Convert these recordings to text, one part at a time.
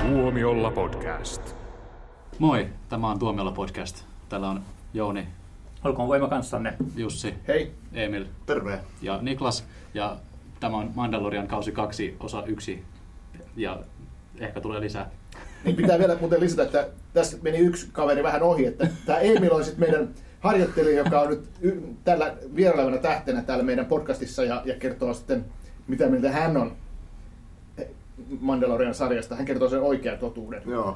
Tuomiolla podcast. Moi, tämä on Tuomiolla podcast. Täällä on Jouni. Olkoon voima kanssanne. Jussi. Hei. Emil. Terve. Ja Niklas. Ja tämä on Mandalorian kausi 2, osa 1. Ja ehkä tulee lisää. Niin pitää vielä muuten lisätä, että tässä meni yksi kaveri vähän ohi, että tämä Emil on sitten meidän harjoittelija, joka on nyt tällä vierailevana tähtenä täällä meidän podcastissa ja kertoo sitten, mitä mieltä hän on Mandalorian sarjasta. Hän kertoo sen oikean totuuden. Joo.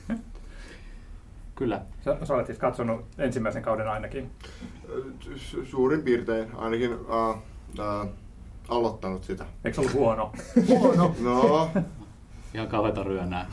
Kyllä. Sä olet siis katsonut ensimmäisen kauden ainakin. Suurin piirtein ainakin aloittanut sitä. Eikö se ollut huono? Huono. No. Ihan kauheata ryönää.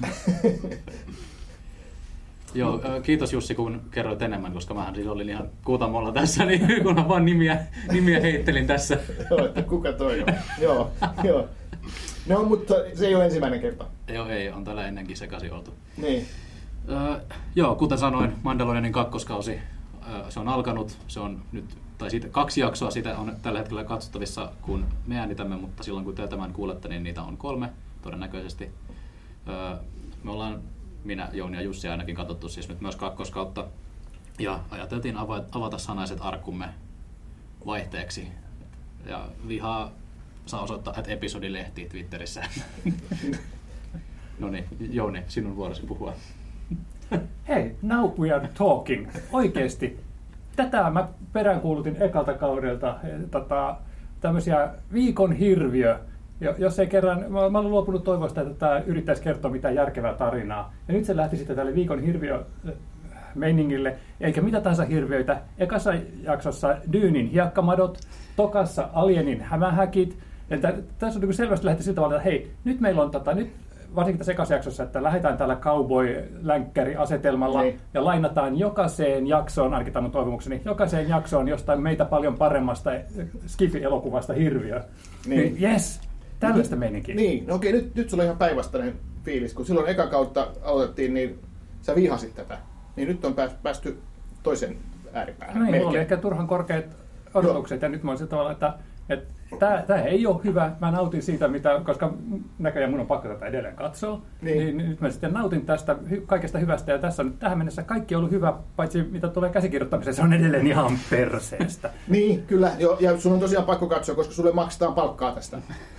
Joo, kiitos Jussi, kun kerroit enemmän, koska mähän siis olin ihan kuutamolla tässä, niin kun mä vaan nimiä heittelin tässä. Joo, että kuka toi on. Joo. No, mutta se ei ole ensimmäinen kerta. Joo, ei, on täällä ennenkin sekaisin oltu. Niin. Joo, kuten sanoin, Mandalorianin kakkoskausi, se on alkanut, se on nyt, tai siitä 2 jaksoa sitä on tällä hetkellä katsottavissa, kun me äänitämme, mutta silloin kun te tämän kuulette, niin niitä on 3 todennäköisesti. Me ollaan, minä, Jouni ja Jussi ainakin katsottu siis nyt myös kakkoskautta, ja ajateltiin avata sanaiset arkkumme vaihteeksi, ja vihaa saa osoittaa, että episodilehti Twitterissä. No niin, Jouni, sinun vuorosi puhua. Hei, now we are talking. Oikeesti. Tätä mä peräänkuulutin ekalta kaudelta. Tämmöisiä viikon hirviö. Jos ei kerran, mä olen luopunut toivosta, että tämä yrittäisi kertoa mitään järkevää tarinaa. Ja nyt se lähti sitten tälle viikon hirviö meiningille, eikä mitä tahansa hirviöitä. Ekassa jaksossa Dyynin hiekkamadot, tokassa Alienin hämähäkit. Tässä on selvästi lähti siltä tavalla, että hei, nyt meillä on nyt varsinkin tässä ekassa jaksossa, että lähdetään tällä cowboy-länkkäri-asetelmalla ja lainataan jokaiseen jaksoon, ainakin tämän toivomukseni, jokaiseen jaksoon jostain meitä paljon paremmasta Skifi-elokuvasta hirviö. Niin jes, tällaista meininkiä. Niin, no okei, nyt sulla on ihan päinvastainen fiilis, kun silloin eka kautta aloitettiin, niin sä vihasit tätä. Niin nyt on päästy toisen ääripäähän. No niin, mulla oli ehkä turhan korkeat odotukset ja nyt mä oon sillä tavalla, että tämä ei ole hyvä, mä nautin siitä, koska näköjään mun on pakko tätä edelleen katsoa, niin nyt mä sitten nautin tästä kaikesta hyvästä, ja tässä on nyt tähän mennessä kaikki on ollut hyvä, paitsi mitä tulee käsikirjoittamiseen, se on edelleen ihan perseestä. Niin, kyllä, ja sun on tosiaan pakko katsoa, koska sulle maksetaan palkkaa tästä.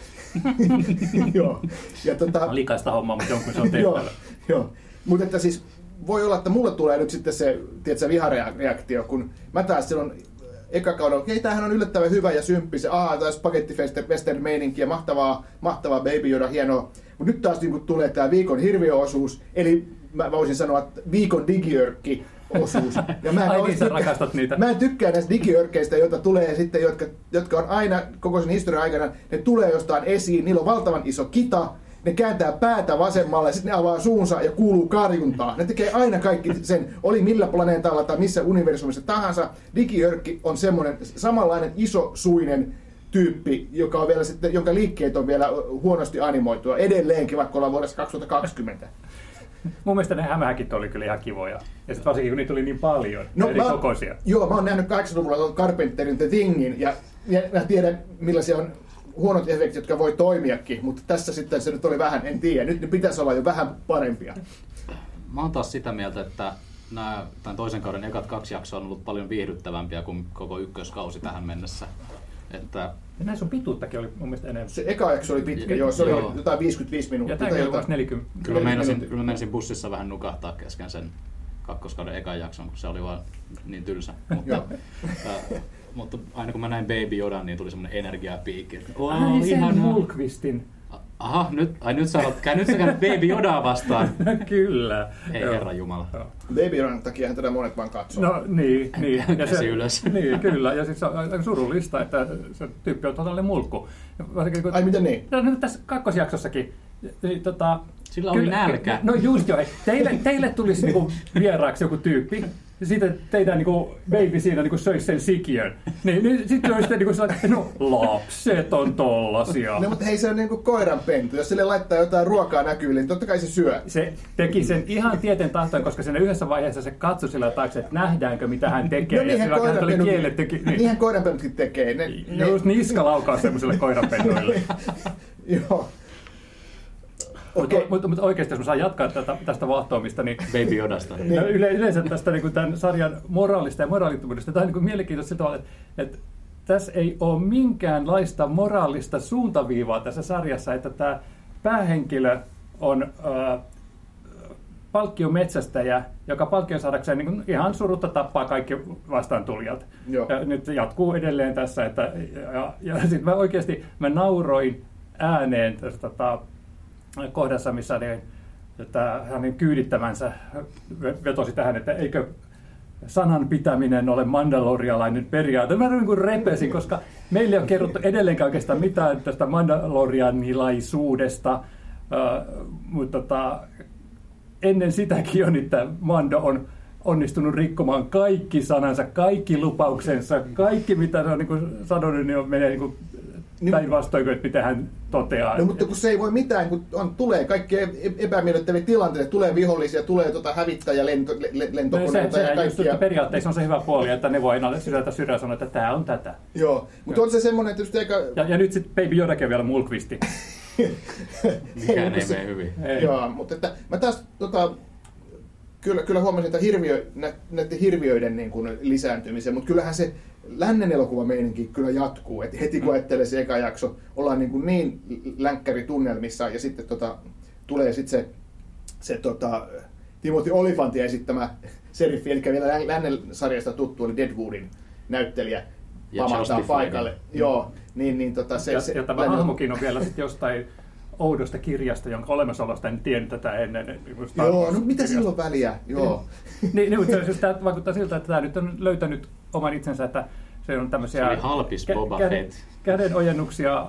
Joo. Ja likaista hommaa, mutta jonkun se on tehtävä. Joo, mutta että siis voi olla, että mulle tulee nyt sitten se vihareaktio, kun mä taas silloin eka kaudella, okei, tämähän on yllättävän hyvä ja symppi, se taas spagettifestern-meininki ja mahtavaa Baby Yoda, hienoa. Mutta nyt taas niin tulee tämä viikon hirviöosuus, eli mä voisin sanoa, että viikon digiörkki-osuus. Ja mä en tykkää näistä digiörkeistä, joita tulee sitten, jotka on aina koko sen historian aikana, ne tulee jostain esiin, niillä on valtavan iso kita, ne kääntää päätä vasemmalle ja sitten ne avaa suunsa ja kuuluu karjuntaa. Ne tekee aina kaikki sen, oli millä planeetalla tai missä universumissa tahansa. Digiörkki on semmoinen samanlainen isosuinen tyyppi, joka on vielä sitten, jonka liikkeet on vielä huonosti animoitua edelleenkin, vaikka ollaan vuodessa 2020. Mun mielestä ne hämähäkit oli kyllä ihan kivoja. Ja sitten varsinkin kun niitä oli niin paljon, eri kokoisia. Joo, mä oon nähnyt 80-luvulla Carpenterin The Thingin ja mä tiedän millaisia on huonot efektit, jotka voi toimiakin, mutta tässä sitten se nyt oli vähän, en tiedä. Nyt ne pitäisi olla jo vähän parempia. Mä oon taas sitä mieltä, että tämän toisen kauden ekat 2 jaksoa on ollut paljon viihdyttävämpiä kuin koko ykköskausi tähän mennessä. Ja näissä on pituuttakin oli mun mielestä enemmän. Se eka jakso oli pitkä, se oli jotain 55 minuuttia. Ja tämäkin oli 40. Kyllä mä menisin bussissa vähän nukahtaa kesken sen kakkoskauden ekan jakson, kun se oli vaan niin tylsä. Mutta aina kun mä näin Baby Yodan, niin tuli semmoinen energiapiikki. Ai sen Mulkvistin. Aha, nyt sä käynyt Baby Yodaa vastaan. Kyllä. Ei herra jumala. Baby Yodan takia tätä monet vaan katsoo. No niin. Ja se ylös. Niin, kyllä. Ja siis on aika surullista, että se tyyppi on totaalinen mulkku. Ai miten niin? No nyt tässä kakkosjaksossakin. Sillä oli nälkä. No just joo. Teille tulisi niinku vieraaksi joku tyyppi. Ja sitten teidän niinku baby siinä niinku söisi sen sikiön. Niin sitten olisi niinku sellainen, että no lapset on tollasia. No mutta hei, se on niinku koiranpentu. Jos sille laittaa jotain ruokaa näkyville, niin totta kai se syö. Se teki sen ihan tieten tahtoen, koska siinä yhdessä vaiheessa se katsoi sillä taakse, että nähdäänkö mitä hän tekee. No niinhän koiranpennutkin tekee. Ne just niskalaukaus semmoiselle koiranpennuille. Joo. Okay. Mutta oikeasti, jos mä saan jatkaa tästä vahtoamista, niin Baby Yodasta. yleensä tästä niin kuin tämän sarjan moraalista ja moraalittomuudesta. Tämä on niin kuin mielenkiintoista sillä tavalla, että tässä ei ole minkäänlaista moraalista suuntaviivaa tässä sarjassa, että tämä päähenkilö on palkkiometsästäjä, joka palkkion saadakseen niin ihan surutta tappaa kaikki vastaantulijat. Ja nyt jatkuu edelleen tässä, ja sitten mä nauroin ääneen tässä kohdassa, missä hänen kyydittämänsä vetosi tähän, että eikö sanan pitäminen ole mandalorialainen periaate. Mä niin kuin repesin, koska meille on kerrottu edelleenkaan oikeastaan mitään tästä mandalorianilaisuudesta, mutta ennen sitäkin jo, että Mando on onnistunut rikkomaan kaikki sanansa, kaikki lupauksensa, kaikki mitä hän on niin sanonut, niin menee niin päinvastoin, että mitä hän toteaa. No, mutta kun se ei voi mitään, kun tulee kaikkea epämiellyttäviä tilanteita, tulee vihollisia, tulee hävittäjälentokoneita ja kaikkia. Periaatteessa on se hyvä puoli, että ne voi aina syrätä syrjään ja sanoa, että tämä on tätä. Joo, mutta on se semmoinen, että just eikä... Ja nyt sitten Baby Yodakin vielä mulkvisti. Mikään ei mene hyvin. Joo, mutta että mä taas kyllä huomasin, että näiden hirviöiden niin kuin lisääntymisen, mutta kyllähän se lännen elokuvameininki kyllä jatkuu. Et heti kun ajattelee se eka jakso, ollaan niin länkkäritunnelmissa ja sitten tulee sitten se Timothy Olyphantin esittämä seriffi, eli vielä lännen sarjasta tuttu oli Deadwoodin näyttelijä pamahtaa paikalle. Joo, ja tämä hahmokin on vielä sitten jostain oudosta kirjasta, jonka olemassaolosta en tiennyt tätä ennen. Joo, no mitä sillä on väliä? Joo. niin, mutta tämä vaikuttaa siltä, että tämä nyt on löytänyt oman itsensä, että se on tämmöisiä kädenojennuksia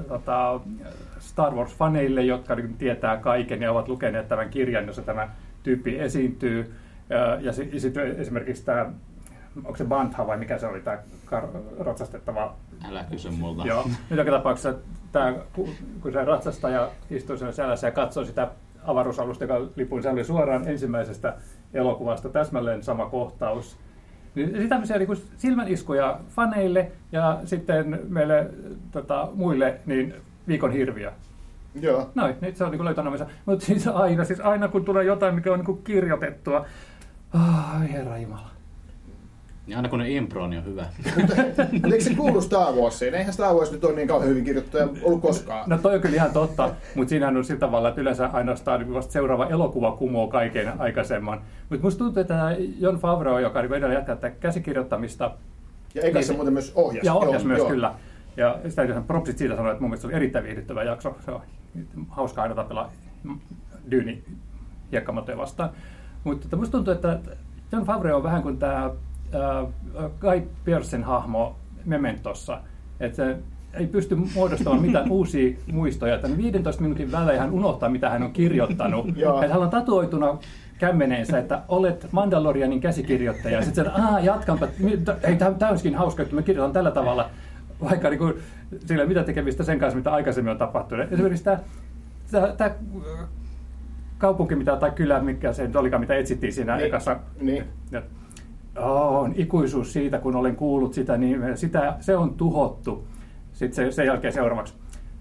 Star Wars-faneille, jotka tietää kaiken ja ovat lukeneet tämän kirjan, jossa tämä tyyppi esiintyy. Ja sitten esimerkiksi tämä, onko se Bantha vai mikä se oli, tämä ratsastettava... Älä kysy multa. Joo, joka tapauksessa tämä, kun se ratsastaja istui siellä selässä ja katsoi sitä avaruusalusta, joka lipui, se oli suoraan ensimmäisestä elokuvasta täsmälleen sama kohtaus. Niin tämmöisiä niin silmäniskuja faneille ja sitten meille muille niin viikon hirviö. Joo. Noin, nyt se on niin löytänyt. Mutta siis aina kun tulee jotain, mikä on niin kirjoitettua, herra jumala. Ja aina kun ne impro on jo hyvä. Mutta eikö se kuulu Star Warsiin? Eihän Star Wars nyt ole niin kauhean hyvin kirjoittu ja ollut koskaan. No toi on kyllä ihan totta, mutta siinähän on sillä tavalla, että yleensä ainoastaan vasta seuraava elokuva kumoo kaiken aikaisemman. Mutta musta tuntuu, että tämä Jon Favreau, joka edelleen jatkaa tätä käsikirjoittamista... Ja eikä se muuten myös ohjasi. Ja ohjasi myös, kyllä. Ja sitä täytyy propsit siitä sanoa, että mun mielestä se oli erittäin viihdyttävä jakso. Se on hauskaa aina tapella Dyyni hiekkamatoja vastaan. Mutta musta tuntuu, että Jon Favreau on vähän kuin tämä Guy Pearcen hahmo Mementossa, että se ei pysty muodostamaan mitään uusia muistoja. Tämän 15 minuutin välein hän unohtaa, mitä hän on kirjoittanut. Että hän on tatuoituna kämmeneensä, että olet Mandalorianin käsikirjoittaja. Ja sitten jatkanpa, hei, tämä olisikin hauska, että mä kirjoitan tällä tavalla, vaikka niin kuin, sillä ei mitä tekemistä sen kanssa, mitä aikaisemmin on tapahtunut. Esimerkiksi tämä kaupunki, tai kylä, mikä se olikaan, mitä etsittiin siinä ekassa. Niin. On ikuisuus siitä, kun olen kuullut sitä, niin se on tuhottu. Sitten sen jälkeen seuraavaksi.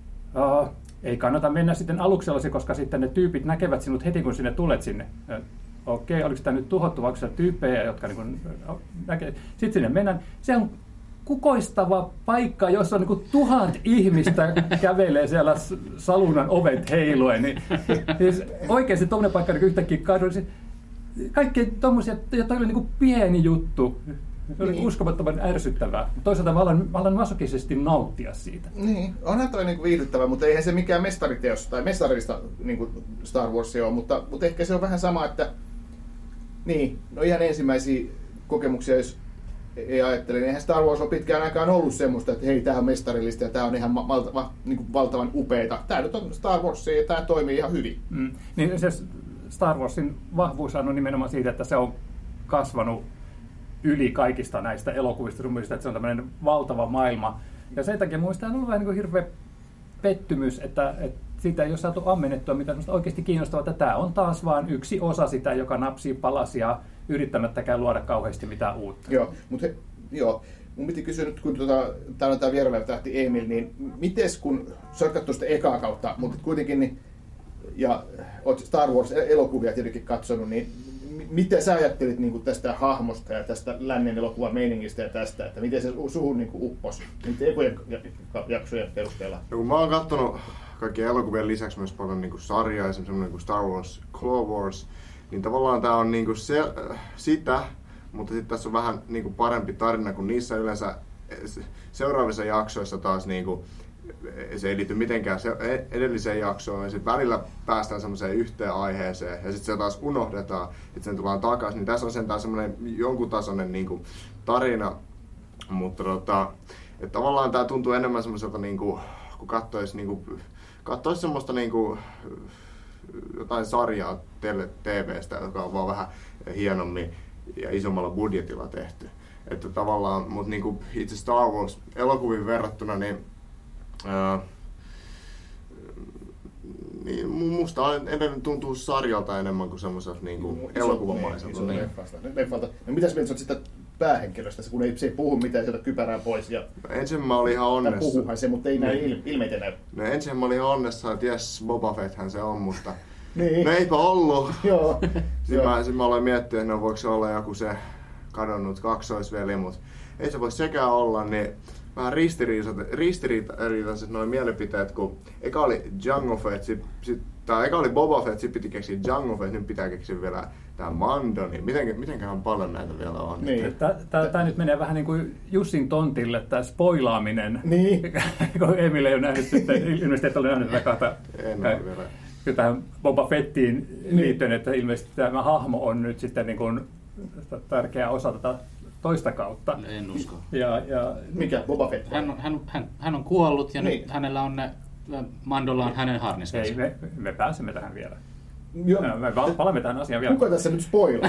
Ei kannata mennä sitten aluksellasi, koska sitten ne tyypit näkevät sinut heti, kun sinne tulet sinne. Okei, oliko sitä nyt tuhottu, vaikka siellä tyyppejä, jotka niin näkee. Sitten sinne mennään. Se on kukoistava paikka, jossa on niin kuin 1000 ihmistä kävelee siellä salunan ovet heiluen. Niin, siis oikeasti tuommoinen paikka niin yhtäkkiä kadun. Kaikki tommosia, jotka oli niin pieni juttu. Se oli uskomattoman ärsyttävää. Toisaalta mä alan masokisesti nauttia siitä. Niin, onhan toi niin viihdyttävä, mutta eihän se mikään mestariteos tai mestarillista niin Star Wars ole, mutta ehkä se on vähän sama, että niin, no ihan ensimmäisiä kokemuksia, jos ei ajattele, niin eihän Star Wars ole pitkään aikaan ollut semmoista, että hei, tää on mestarillista ja tää on ihan valtavan upeeta. Tää nyt on Star Wars ja tää toimii ihan hyvin. Niin se Star Warsin vahvuus on nimenomaan siitä, että se on kasvanut yli kaikista näistä elokuvista, että se on tämmöinen valtava maailma. Ja sen takia mun on ollut vähän niin kuin hirveä pettymys, että siitä ei ole saatu ammennettua mitään oikeasti kiinnostavaa, että tämä on taas vain yksi osa sitä, joka napsii palasia yrittämättäkään luoda kauheasti mitään uutta. Joo, mun piti kysyä nyt, kun täällä on tämä vieraileva tähti Emil, niin mites kun sä oot katsonut sitä ekaa kautta, mutta kuitenkin niin ja olet Star Wars-elokuvia tietenkin katsonut, niin mitä sä ajattelit niin kuin tästä hahmosta ja tästä lännen elokuvan meiningistä ja tästä, että miten se suhun niin upposi niiden ekojen jaksojen perusteella? No, kun mä oon katsonut kaikkien elokuvien lisäksi myös paljon niin kuin sarjaa, esimerkiksi semmoinen kuin Star Wars, Clone Wars, niin tavallaan tää on niin kuin sitä, mutta sitten tässä on vähän niin kuin parempi tarina, kun niissä yleensä seuraavissa jaksoissa taas niin kuin, se ei liity mitenkään edelliseen jaksoon, ja sitten välillä päästään semmoiseen yhteen aiheeseen, ja sitten se taas unohdetaan, että sen tullaan takaisin. Niin tässä on sentään semmoinen jonkun tasoinen niin kuin tarina, mutta että tavallaan tämä tuntuu enemmän semmoiselta, niin kuin, kun katsoisi semmoista niin kuin, jotain sarjaa TV:stä, joka on vaan vähän hienommin ja isommalla budjetilla tehty. Että tavallaan, mutta niin kuin itse Star Wars elokuviin verrattuna, niin musta edelleen tuntuu sarjalta enemmän kuin semmoiselta niinku elokuvamaiselta. Leffalta. No mitäs mieltä sä oot sitä päähenkilöstä, kun se ei puhu mitään, sieltä kypärää pois? Ja ensin mä olin ihan onnessa. Puhuhan se, mutta ei näy ilmeitä näy. No ensin mä olin ihan onnessa, että jes, Boba Fetthän se on, mutta niin. No eipä ollut. Joo. Sitten mä aloin miettiä, että no voiko se olla joku se kadonnut kaksoisveli, mutta ei se voi sekään olla, niin vähän ristiriitaiset noin mielipiteet, kun eka oli Jango Fett, eka oli Boba Fett, sitten piti keksiä Jango Fett, nyt pitää keksiä vielä tää Mando, niin mitenköhän paljon näitä vielä on? Niin. Tää nyt menee vähän niin kuin Jussin tontille, tää spoilaaminen. Niin. Kun Emil ei ole nähnyt sitten, ilmeisesti et ole nähnyt tätä kahta. En ole vielä. Tähän Boba Fettiin liittyen, että ilmeisesti tämä hahmo on nyt sitten niin kuin tärkeä osa tätä toista kautta. En usko. Mikä? Boba Fett? Hän on kuollut ja niin. nyt hänellä on Mandolla on hänen harniskansa. Ei, me pääsemme tähän vielä. Joo. Me palaamme tähän asiaan vielä. Kuka tässä nyt spoilaa?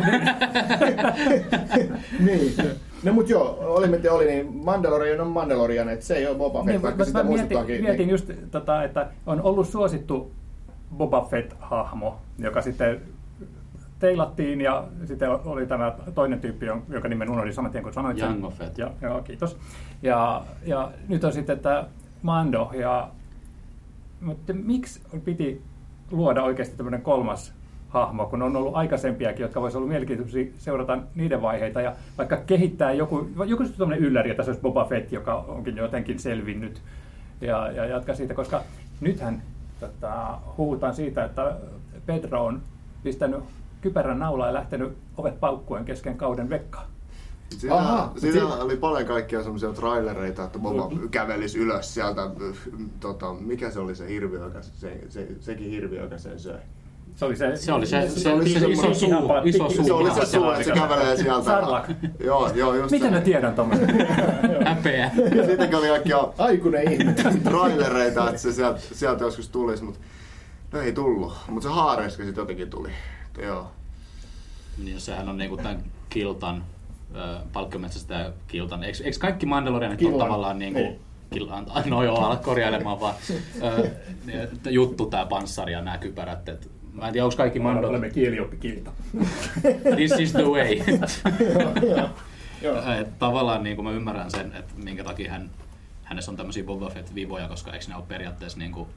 Niin. No mut joo, oli niin Mandalorian on Mandalorian, että se ei ole Boba Fett, vaikka sitä muistuttaakin. Mietin just, että on ollut suosittu Boba Fett-hahmo, joka sitten teilattiin ja sitten oli tämä toinen tyyppi, jonka nimen unohdin saman tien kuin sanoit. Jango Fett. Joo, kiitos. Ja nyt on sitten tämä Mando. Mutta miksi piti luoda oikeasti tämmöinen kolmas hahmo, kun on ollut aikaisempiakin, jotka voisi olla mielenkiintoisia seurata niiden vaiheita ja vaikka kehittää joku tämmöinen ylläri, että se olisi Boba Fett, joka onkin jotenkin selvinnyt ja jatkaa siitä, koska nythän huhutaan siitä, että Pedro on pistänyt kypärän naulaa ja lähtenyt ovet paukkuen kesken kauden vekkaan. Siinä oli paljon kaikkia semmoisia trailereita, että Boba kävelisi ylös sieltä, mikä se oli se hirviö, sekin hirviö, joka sen söi. Se oli se iso suu. Se oli se suu, että se kävelee sieltä. Sarlak. Joo, just miten se. mä tiedän tommoinen? Häpeä. Ja sitten oli kaikkia aikuinen ihminen trailereita, että se sieltä joskus tulisi, mutta no ei tullut. Mutta se haareiska sitten jotenkin tuli. Joo. Niin, sehän on niinku tämän kiltan, palkkiometsästä ja kiltan. Eikö kaikki Mandalorianit on tavallaan niinku... No joo, ala korjailemaan vaan. Juttu tää panssari ja nämä kypärät. Mä en tiedä, onko kaikki Mandalorianit... Olemme kielioppikilta. This is the way. Joo. Tavallaan niin kuin mä ymmärrän sen, että minkä takia hänessä on tämmöisiä Boba Fett-vivoja, koska eikö ne ole periaatteessa niin kuin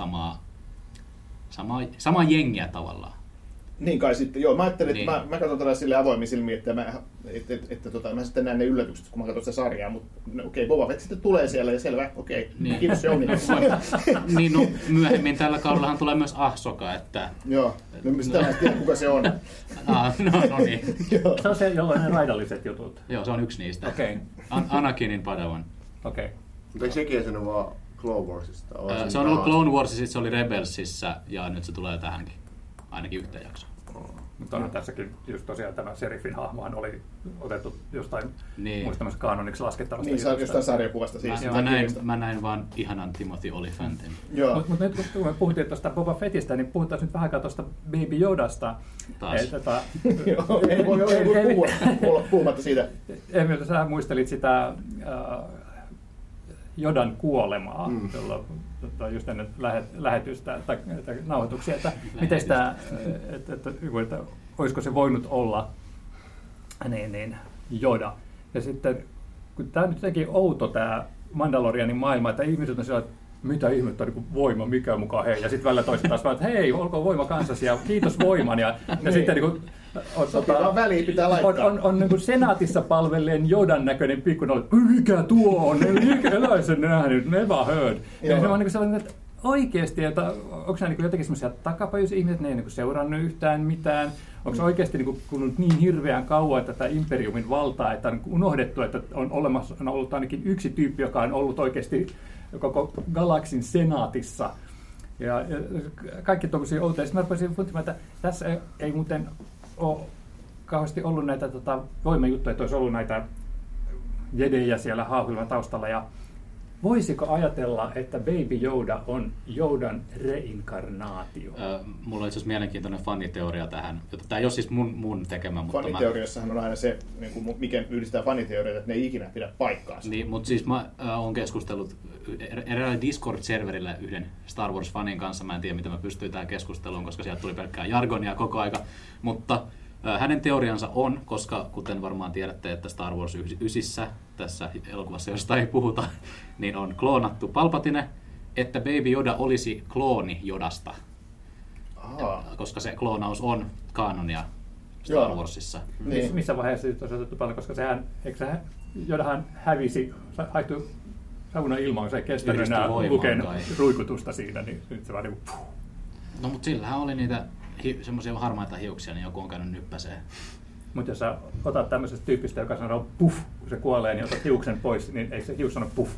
samaa jengiä tavallaan. Niin kai sitten, joo. Mä ajattelin, niin. että mä katson tällä sille avoimin silmiin, että mä sitten näen ne yllätykset, kun mä katson sitä sarjaa, mutta okei, Boba Fett sitten tulee siellä ja selvä, okei, niin. Kiitos se on. Niin, no, myöhemmin tällä kaudellahan tulee myös Ahsoka, että... Joo, no sitä mä en tiedä, kuka se on. No niin. Se on se, jolla on ne raidalliset jutut. Joo, se on yksi niistä. Okei. Anakinin Padawan. Okei. Mutta eikö sekin esiinny vaan Clone Warsista? Se on ollut Clone Warsissa, sitten se oli Rebelsissa ja nyt se tulee tähänkin. Ainakin yhteen jaksoon. Mutta on tässäkin just tosiaan tämä Serifin hahmohan oli otettu jostain muista tämmöistä kaanoniksi laskettavasta. Niin, jostain sarjakuvasta siis. Mä näin vaan ihanan Timothy Olyphantin. Mutta nyt kun me puhuttiin tuosta Boba Fettistä, niin puhutaan nyt vähän aikaa tuosta Baby Yodasta. Taas. Ei voi olla puhumatta siitä. Emil, sä muistelit sitä Yodan kuolemaa, jolloin just ennen lähetystä tai nauhoituksia, että miten sitä, että olisiko se voinut olla niin Yoda. Ja sitten, kun tämä nyt jotenkin outo tämä Mandalorianin maailma, että ihmiset on sillä, että mitä ihmettä on niin voima, mikä mukaan hei. Ja sitten välillä toiset taas että hei, olkoon voima kanssasi ja kiitos voiman. Ja sitten niin on, väliin pitää laittaa. On niin kuin senaatissa palvelleen Yodan näköinen pikkuinen, mikä tuo on, eläisen nähnyt, never heard. Ja se on niin sellainen, että oikeasti, että onko nämä niin jotenkin semmoisia takapajuisia ihmisiä, että ne ei niin seurannut yhtään mitään. Onko oikeasti niin kulunut niin hirveän kauan tätä imperiumin valtaa, että on unohdettu, että on ollut ainakin yksi tyyppi, joka on ollut oikeasti koko galaksin senaatissa. Ja kaikki tuollaisia outoja. Sitten mä rupesin funtimaan, että tässä ei muuten ole kauheasti ollut näitä voimajuttuja, että olisi ollut näitä jedejä siellä haahuilman taustalla. Ja voisiko ajatella, että Baby Yoda on Yodan reinkarnaatio? Mulla on itse asiassa mielenkiintoinen faniteoria tähän. Tämä ei ole siis mun tekemä. Faniteoriassahan on aina se, mikä yhdistää faniteorioita, että ne ei ikinä pidä paikkaansa. Niin, mutta siis mä oon keskustellut eräällä Discord-serverillä yhden Star Wars-fanin kanssa. Mä en tiedä, miten mä pystyin tähän keskusteluun, koska sieltä tuli pelkkää jargonia koko aika. Mutta hänen teoriansa on, koska kuten varmaan tiedätte, että Star Wars 9, tässä elokuvassa, josta ei puhuta, niin on kloonattu Palpatine, että Baby Yoda olisi klooni Yodasta. Koska se kloonaus on kaanonia Star Warsissa. Niin. Missä vaiheessa on otettu paljon, koska Yodahan hävisi, haihtui savunan ilmaan, kun se ei kestänyt enää Luken ruikutusta siinä, niin nyt se vaan niin kuin... No mutta sillähän oli niitä semmoisia harmaita hiuksia, niin joku on käynyt nyppäseen. Mutta jos sä otat tämmöisestä tyypistä, joka sanoo puff, kun se kuolee, niin otat hiuksen pois, niin eikö se hius sano puff?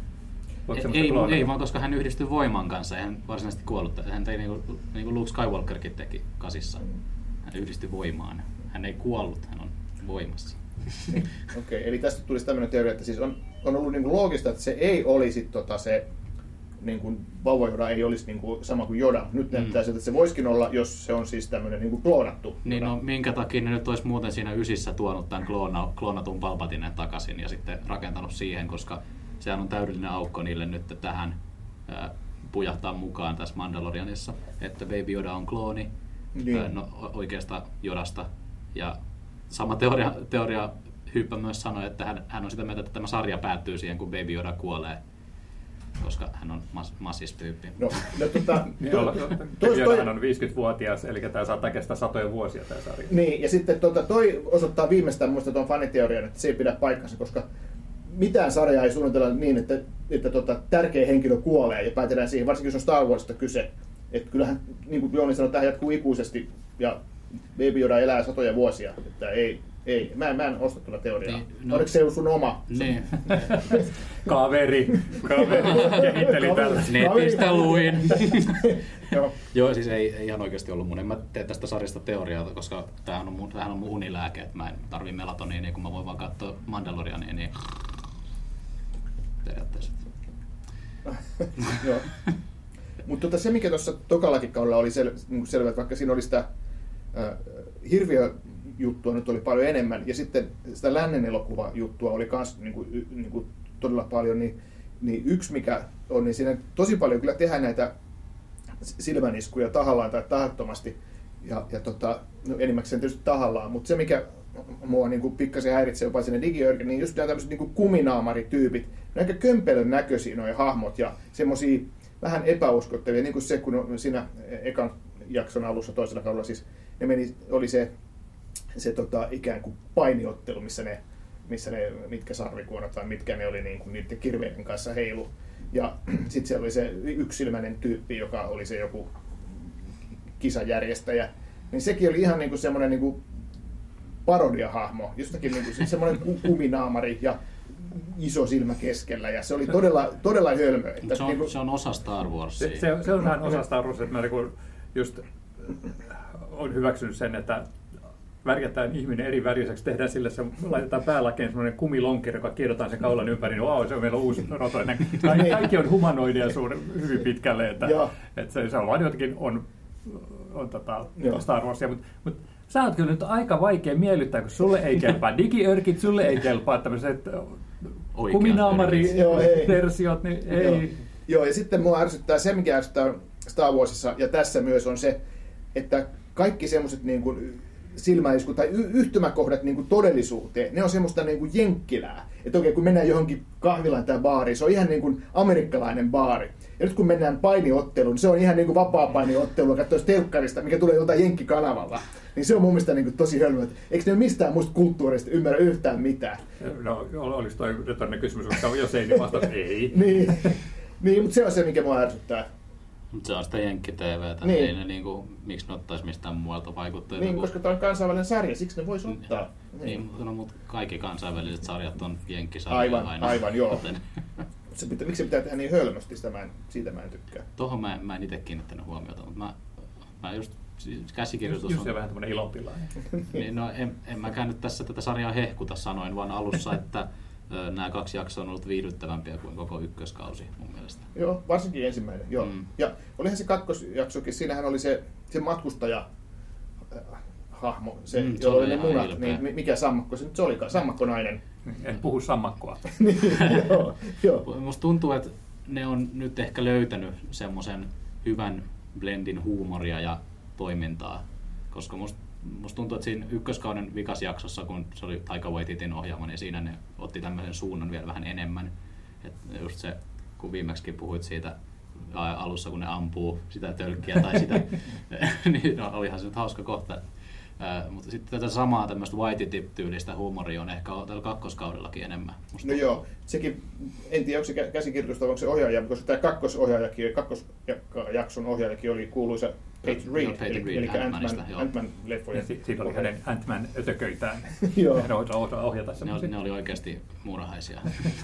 Ei, vaan koska hän yhdistyi voiman kanssa, ei hän varsinaisesti kuollut. Hän tei niin kuin Luke Skywalkerkin teki kasissa. Hän yhdistyi voimaan. Hän ei kuollut, hän on voimassa. Okei, eli tästä tulisi tämmöinen teoria, että siis on ollut niin kuin loogista, että se ei olisi se niin kuin vauva Yoda ei olisi niin kuin sama kuin Yoda. Nyt näyttää siltä, että se voisikin olla, jos se on siis tämmöinen niin kuin kloonattu. Niin no minkä takia ne nyt olisi muuten siinä 9 tuonut tämän kloonatun Palpatinen takaisin ja sitten rakentanut siihen, koska sehän on täydellinen aukko niille nyt tähän pujahtaa mukaan tässä Mandalorianissa, että Baby Yoda on klooni oikeasta Yodasta. Ja sama teoria Hyppä myös sanoi, että hän on sitä mieltä, että tämä sarja päättyy siihen, kun Baby Yoda kuolee, koska hän on massistyyppi. Yodahan on 50-vuotias, eli tämä saattaa kestää satoja vuosia tämä sarja. Niin, ja sitten toi osoittaa viimeistään muista tuon faniteorian, että se ei pidä paikkansa, koska mitään sarjaa ei suunnitella niin, että tärkeä henkilö kuolee ja päätetään siihen, varsinkin jos on Star Warsista kyse. Että kyllähän, niin kuin Jouni sanoi, tämä jatkuu ikuisesti ja Baby Yoda elää satoja vuosia. Että ei. Mä en osta tuota teoriaa. Niin, oliko se sun oma? Niin. Kaveri kehitteli tällä. Netistä luin. Joo, siis ei ihan oikeasti ollut mun. En mä tee tästä sarjasta teoriaa, koska tämähän on mun unilääke. Että mä en tarvii melatoniinia, kun mä voin vaan katsoa Mandaloriania. Niin periaatteessa. Joo. Mutta se, mikä tuossa tokallakin kaudella oli selvä, että vaikka siinä oli sitä hirviöjuttua nyt oli paljon enemmän, ja sitten sitä lännen elokuvajuttua oli myös niin todella paljon, niin yksi mikä on, niin siinä tosi paljon kyllä tehdään näitä silmäniskuja tahallaan tai tahattomasti, ja enimmäkseen tietysti tahallaan, mutta se mikä mua niin pikkasen häiritsee jopa sinne digiörkin, niin just nämä tämmöiset niin kuminaamarityypit, ne aika kömpelön näköisiä nuo hahmot ja semmosia vähän epäuskottavia, niin kuin se, kun siinä ekan jakson alussa toisella kaudella siis oli se ikään kuin painiottelu, missä ne mitkä sarvikuonot vai mitkä ne oli niin kuin niiden kirveiden kanssa heilu. Ja sitten siellä oli se yksilmäinen tyyppi, joka oli se joku kisajärjestäjä. Niin sekin oli ihan niin kuin semmoinen niin kuin parodiahahmo, jostakin niin kuin semmoinen kuminaamari ja iso silmä keskellä, ja se oli todella hölmö. Se on osa Star Warsia. Se on vähän osa Star Warsia, että mä just olen hyväksynyt sen, että värjätään ihminen eri väriseksi, tehdään sille, se laitetaan päälakeen semmoinen kumilonkeri, joka kiedotaan sen kaulan ympäri, niin se on meillä uusi rotoinen. Kaikki on humanoidia hyvin pitkälle, että se on vain jotenkin on Star Warsia, mutta sä oot kyllä nyt aika vaikea miellyttää, kun sulle ei kelpaa digiörkit, sulle ei kelpaa tämmöiset kuminaamari-versiot, niin ei. Joo, ja sitten mua ärsyttää se, mikä ärsyttää Star Warsissa, ja tässä myös on se, että kaikki semmoiset niin kuin silmäiskut tai yhtymäkohdat niin kuin todellisuuteen, ne on semmoista niin kuin jenkkilää. Että okei, kun mennään johonkin kahvilaan tai baariin, se on ihan niin kuin amerikkalainen baari. Ja nyt kun mennään painiotteluun, niin se on ihan niin kuin vapaa-painiottelua, katsoisi telkkarista, mikä tulee joltain jenkkikanavalla. Niin se on mun mielestä niin kuin tosi hölmöä. Eikö ne mistään muista kulttuurista ymmärrä yhtään mitään? No, olisi toi retorinen kysymys, mutta jos ei, niin vastaus ei. niin, mutta se on se, mikä mua ärsyttää. Mutta se on sitä jenkki-TVtä, Niin. ei ne niinku, miksi ne ottaisi mistään muualta vaikuttajia. Niin, koska tämä on kansainvälinen sarja, siksi ne vois ottaa. Niin, no, mutta kaikki kansainväliset sarjat on jenkkisarjoja aina. Aivan, joo. Joten Miksi se pitää tehdä niin hölmösti, siitä mä en tykkää. Tuohon mä en itse kiinnittänyt huomiota, mutta mä just käsikirjoitus Just se vähän tämmöinen ilonpila. niin, no en mäkään nyt tässä tätä sarjaa hehkuta sanoin, vaan alussa, että nämä 2 jaksoa on ollut viihdyttävämpiä kuin koko ykköskausi mun mielestä. Joo, varsinkin ensimmäinen. Joo. Ja olihan se kakkosjaksokin, siinähän oli se matkustaja hahmo, se, jolla oli ne munat, ilpeä. niin mikä sammakko se nyt olikaan, sammakkonainen. En puhu sammakkoa. Niin, joo. Musta tuntuu, että ne on nyt ehkä löytänyt semmoisen hyvän blendin huumoria ja toimintaa, koska musta tuntuu, että siinä ykköskauden vikasjaksossa, kun se oli Taika Waititin ohjaama, niin siinä ne otti tämmöisen suunnan vielä vähän enemmän. Et just se, kun viimeksikin puhuit siitä alussa, kun ne ampuu sitä tölkkiä tai sitä, niin no, olihan se nyt hauska kohta. Mutta sitten tätä samaa tämmöistä Waititi-tyylistä huumoria on ehkä tällä kakkoskaudellakin enemmän. No joo, sekin, en tiedä onko se käsikirjoitusta, onko se ohjaaja, koska tämä kakkosjakson ohjaajakin oli kuuluisa Peyton Reed, eli Ant-Man-leffojen. Siitä oli hänen Ant-Man-ötököitään ohjata semmoisia. Ne oli oikeasti muurahaisia.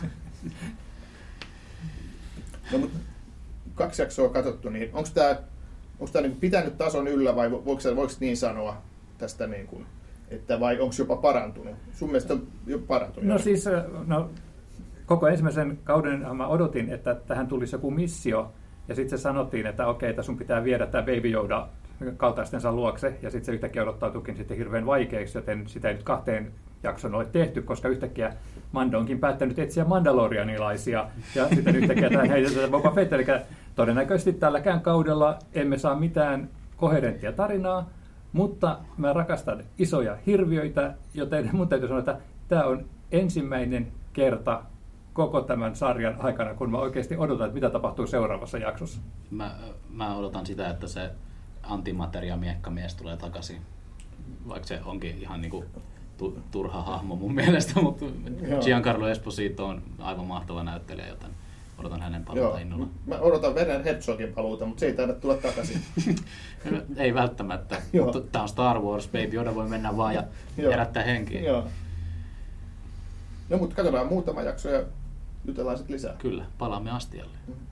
No, mutta 2 jaksoa katsottu, niin onko tämä niin pitänyt tason yllä vai voiko niin sanoa tästä, niin kuin, että vai onko jopa parantunut? Sun mielestä on jopa parantunut? No siis, koko ensimmäisen kauden mä odotin, että tähän tulisi joku missio, ja sitten se sanottiin, että okei, että sun pitää viedä tämä Baby Yoda kaltaistensa luokse, ja sitten se yhtäkkiä odottautuikin sitten hirveän vaikeaksi, joten sitä ei nyt 2 jakson ole tehty, koska yhtäkkiä Mando onkin päättänyt etsiä mandalorianilaisia, ja sitten yhtäkkiä tähän heitetään Boba Fett, eli todennäköisesti tälläkään kaudella emme saa mitään koherenttia tarinaa, mutta mä rakastan isoja hirviöitä, joten mun täytyy sanoa, että tämä on ensimmäinen kerta koko tämän sarjan aikana, kun mä oikeasti odotan, että mitä tapahtuu seuraavassa jaksossa. Mä odotan sitä, että se antimateria-miekkamies tulee takaisin, vaikka se onkin ihan niinku turha hahmo mun mielestä, mutta Giancarlo Esposito on aivan mahtava näyttelijä, joten odotan hänen paluuta innolla. Mä odotan Werner Herzogin paluuta, mutta se ei taida tulla takaisin. Ei välttämättä, mutta tämä on Star Wars, Baby Yoda voi mennä vaan ja herättää henkiä. Joo. No mutta katsotaan muutama jakso ja jutellaan sitten lisää. Kyllä, palaamme astialle.